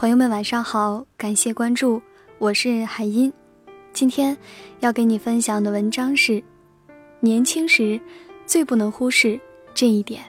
朋友们晚上好，感谢关注，我是海音。今天要给你分享的文章是年轻时最不能忽视这一点。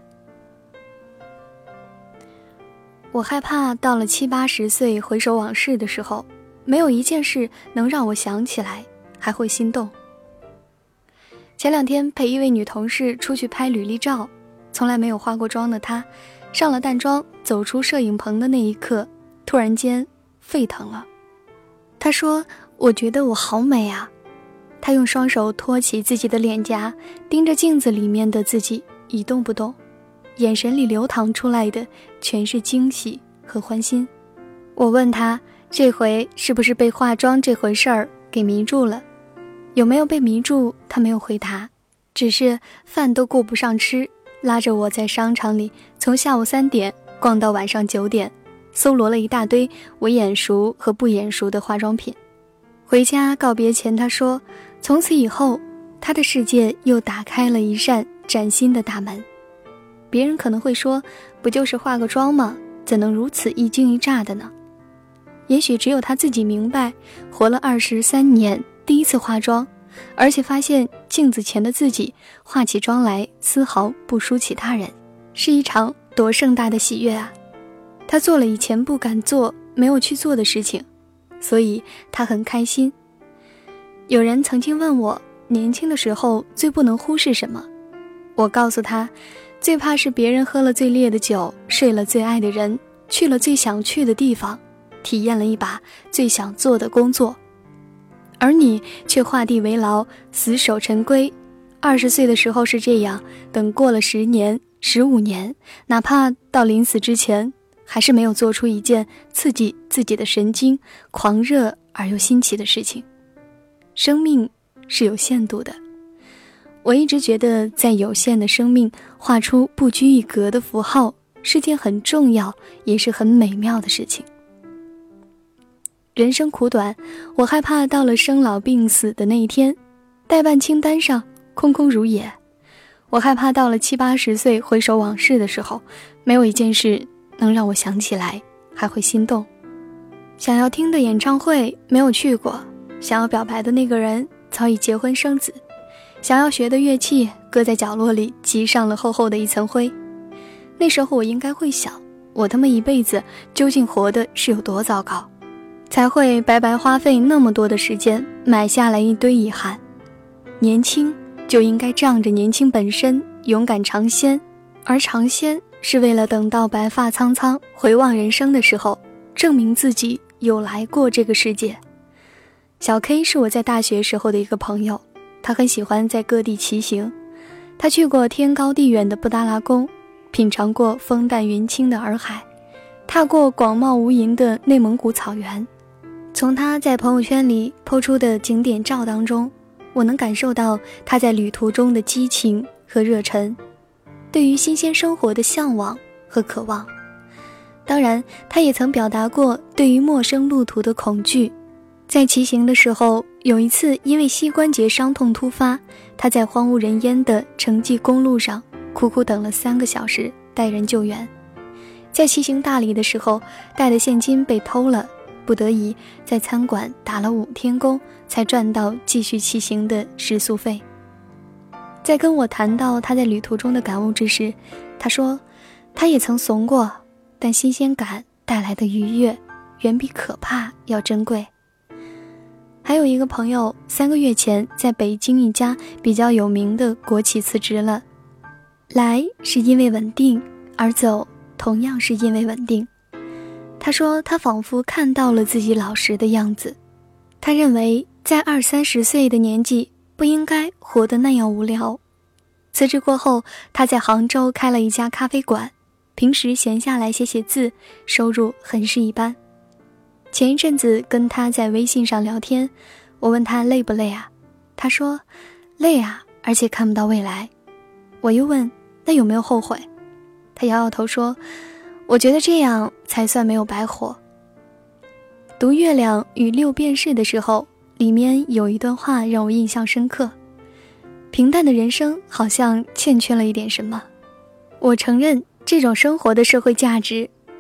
我害怕到了7、80岁回首往事的时候，没有一件事能让我想起来还会心动。前2天陪一位女同事出去拍履历照，从来没有化过妆的她，上了淡妆走出摄影棚的那一刻，突然间沸腾了。她说，我觉得我好美啊。她用双手托起自己的脸颊，盯着镜子里面的自己一动不动，眼神里流淌出来的全是惊喜和欢心。我问她，这回是不是被化妆这回事儿给迷住了？有没有被迷住？她没有回答，只是饭都顾不上吃，拉着我在商场里从下午3点逛到晚上9点，搜罗了一大堆我眼熟和不眼熟的化妆品。回家告别前，她说，从此以后她的世界又打开了一扇崭新的大门。别人可能会说，不就是化个妆吗？怎能如此一惊一乍的呢？也许只有她自己明白，活了23年，第一次化妆，而且发现镜子前的自己化起妆来丝毫不输其他人，是一场多盛大的喜悦啊！她做了以前不敢做、没有去做的事情，所以她很开心。有人曾经问我，年轻的时候最不能忽视什么？我告诉他，最怕是别人喝了最烈的酒，睡了最爱的人，去了最想去的地方，体验了一把最想做的工作，而你却画地为牢，死守陈规。20岁的时候是这样，等过了10年、15年，哪怕到临死之前，还是没有做出一件刺激自己的神经、狂热而又新奇的事情。生命是有限度的，我一直觉得在有限的生命画出不拘一格的符号是件很重要也是很美妙的事情。人生苦短，我害怕到了生老病死的那一天，待办清单上空空如也。我害怕到了7、80岁回首往事的时候，没有一件事能让我想起来还会心动。想要听的演唱会没有去过，想要表白的那个人早已结婚生子，想要学的乐器搁在角落里积上了厚厚的一层灰。那时候我应该会想，我他妈一辈子究竟活的是有多糟糕，才会白白花费那么多的时间买下来一堆遗憾。年轻就应该仗着年轻本身勇敢尝鲜，而尝鲜是为了等到白发苍苍回望人生的时候，证明自己有来过这个世界。小 K 是我在大学时候的一个朋友，他很喜欢在各地骑行，他去过天高地远的布达拉宫，品尝过风淡云轻的洱海，踏过广袤无垠的内蒙古草原。从他在朋友圈里抛出的景点照当中，我能感受到他在旅途中的激情和热忱，对于新鲜生活的向往和渴望。当然，他也曾表达过对于陌生路途的恐惧。在骑行的时候，有一次因为膝关节伤痛突发，他在荒无人烟的城际公路上苦苦等了3个小时待人救援。在骑行大理的时候，带的现金被偷了，不得已在餐馆打了5天工才赚到继续骑行的食宿费。在跟我谈到他在旅途中的感悟之时，他说他也曾怂过，但新鲜感带来的愉悦远比可怕要珍贵。还有一个朋友3个月前在北京一家比较有名的国企辞职了，来是因为稳定，而走同样是因为稳定。他说他仿佛看到了自己老时的样子，他认为在20、30岁的年纪不应该活得那样无聊。辞职过后，他在杭州开了一家咖啡馆，平时闲下来写写字，收入很是一般。前一阵子跟他在微信上聊天，我问他累不累啊？他说累啊，而且看不到未来。我又问那有没有后悔？他摇摇头说，我觉得这样才算没有白活。读《月亮与6便士》的时候，里面有一段话让我印象深刻，平淡的人生好像欠缺了一点什么。我承认这种生活的社会价值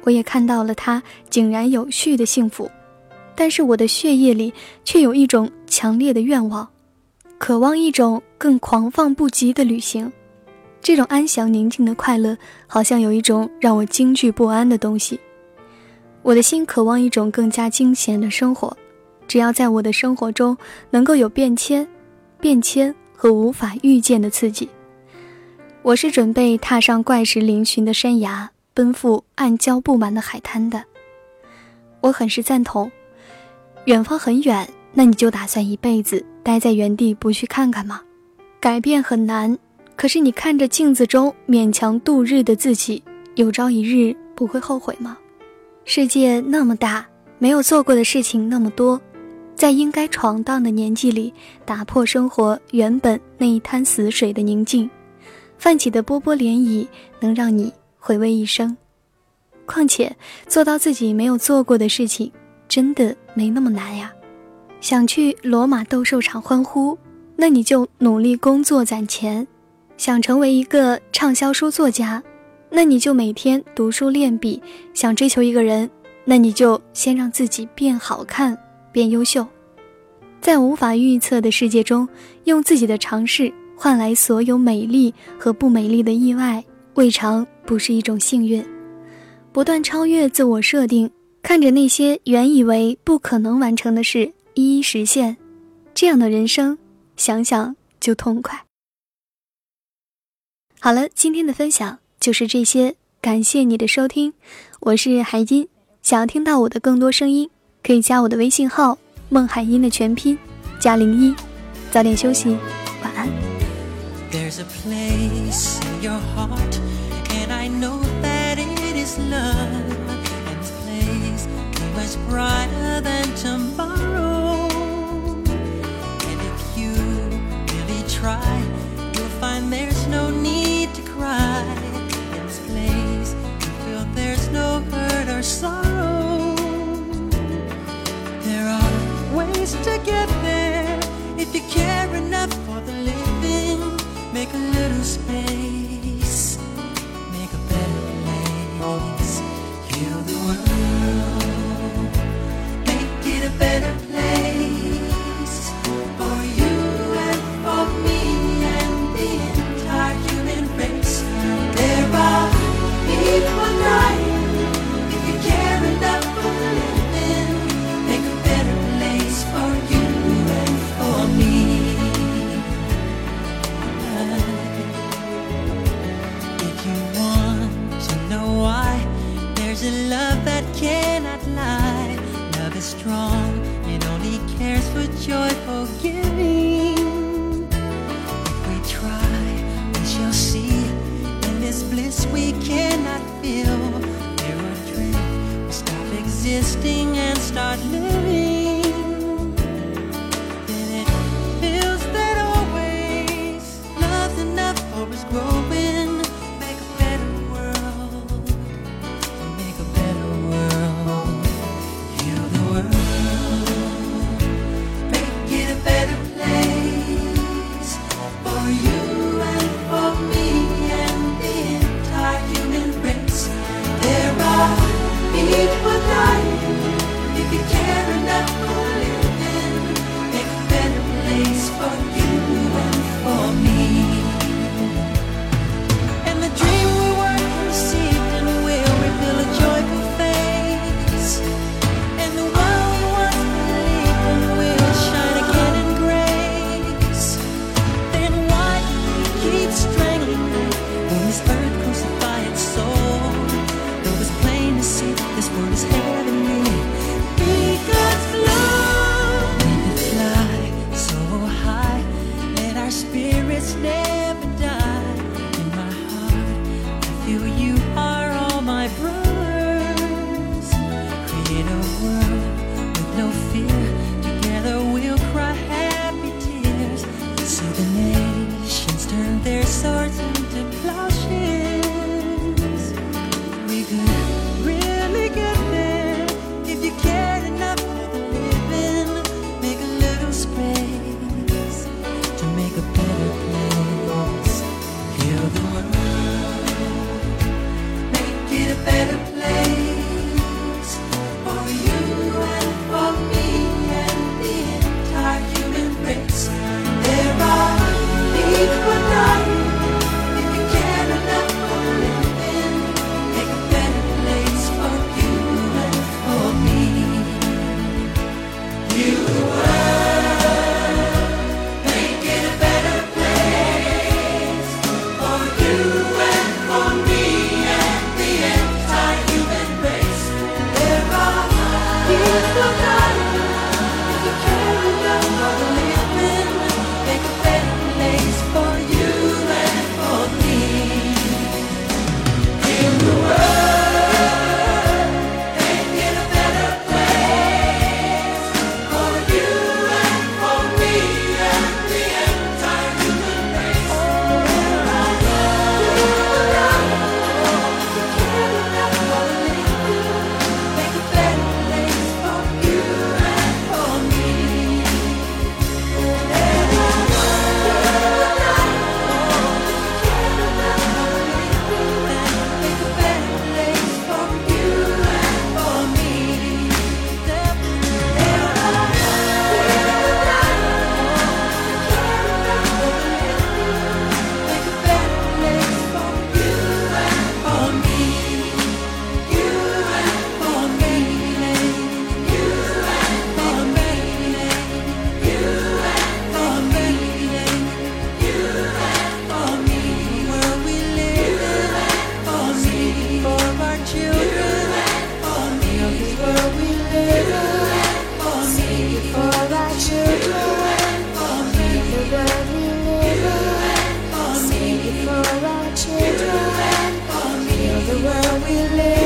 我也看到了它井然有序的幸福，但是我的血液里却有一种强烈的愿望，渴望一种更狂放不羁的旅行。这种安详宁静的快乐，好像有一种让我惊惧不安的东西。我的心渴望一种更加惊险的生活，只要在我的生活中能够有变迁和无法预见的刺激。我是准备踏上怪石嶙峋的山崖，奔赴暗礁布满的海滩的。我很是赞同，远方很远，那你就打算一辈子待在原地不去看看吗？改变很难，可是你看着镜子中勉强度日的自己，有朝一日不会后悔吗？世界那么大，没有做过的事情那么多，在应该闯荡的年纪里，打破生活原本那一滩死水的宁静，泛起的波波涟漪能让你回味一生。况且做到自己没有做过的事情，真的没那么难呀。想去罗马斗兽场欢呼，那你就努力工作攒钱；想成为一个畅销书作家，那你就每天读书练笔；想追求一个人，那你就先让自己变好看变优秀。在无法预测的世界中，用自己的尝试换来所有美丽和不美丽的意外，未尝不是一种幸运。不断超越自我设定，看着那些原以为不可能完成的事一一实现，这样的人生想想就痛快。好了，今天的分享就是这些，感谢你的收听，我是海音。想要听到我的更多声音，可以加我的微信号孟海音的全拼加01。早点休息，晚安。 There's a place in your heart, and I know that it is love, and this place is much brighter than tomorrow, and if you really try, you'll find there's no need to cry. In this place you feel there's no hurt or sorrow. There are ways to get there if you care enough for the living. Make a little space, make a better place. Heal the world, make it a better place for you and for me and the entire human race. There are people dying. If you care enough for the living, make a better place for you and for me. If you want to know why, there's a love that cannot lie. Love is strong, it only cares for joyful giving. If we try, we shall see. In this bliss we cannot feel. There are dreams, we stop existing and start living. Then it feels that always love's enough for us growing. Make a better world, make a better world. Heal the world, make it a better place for you and for me and the entire human race. There are people dying. If you care we live.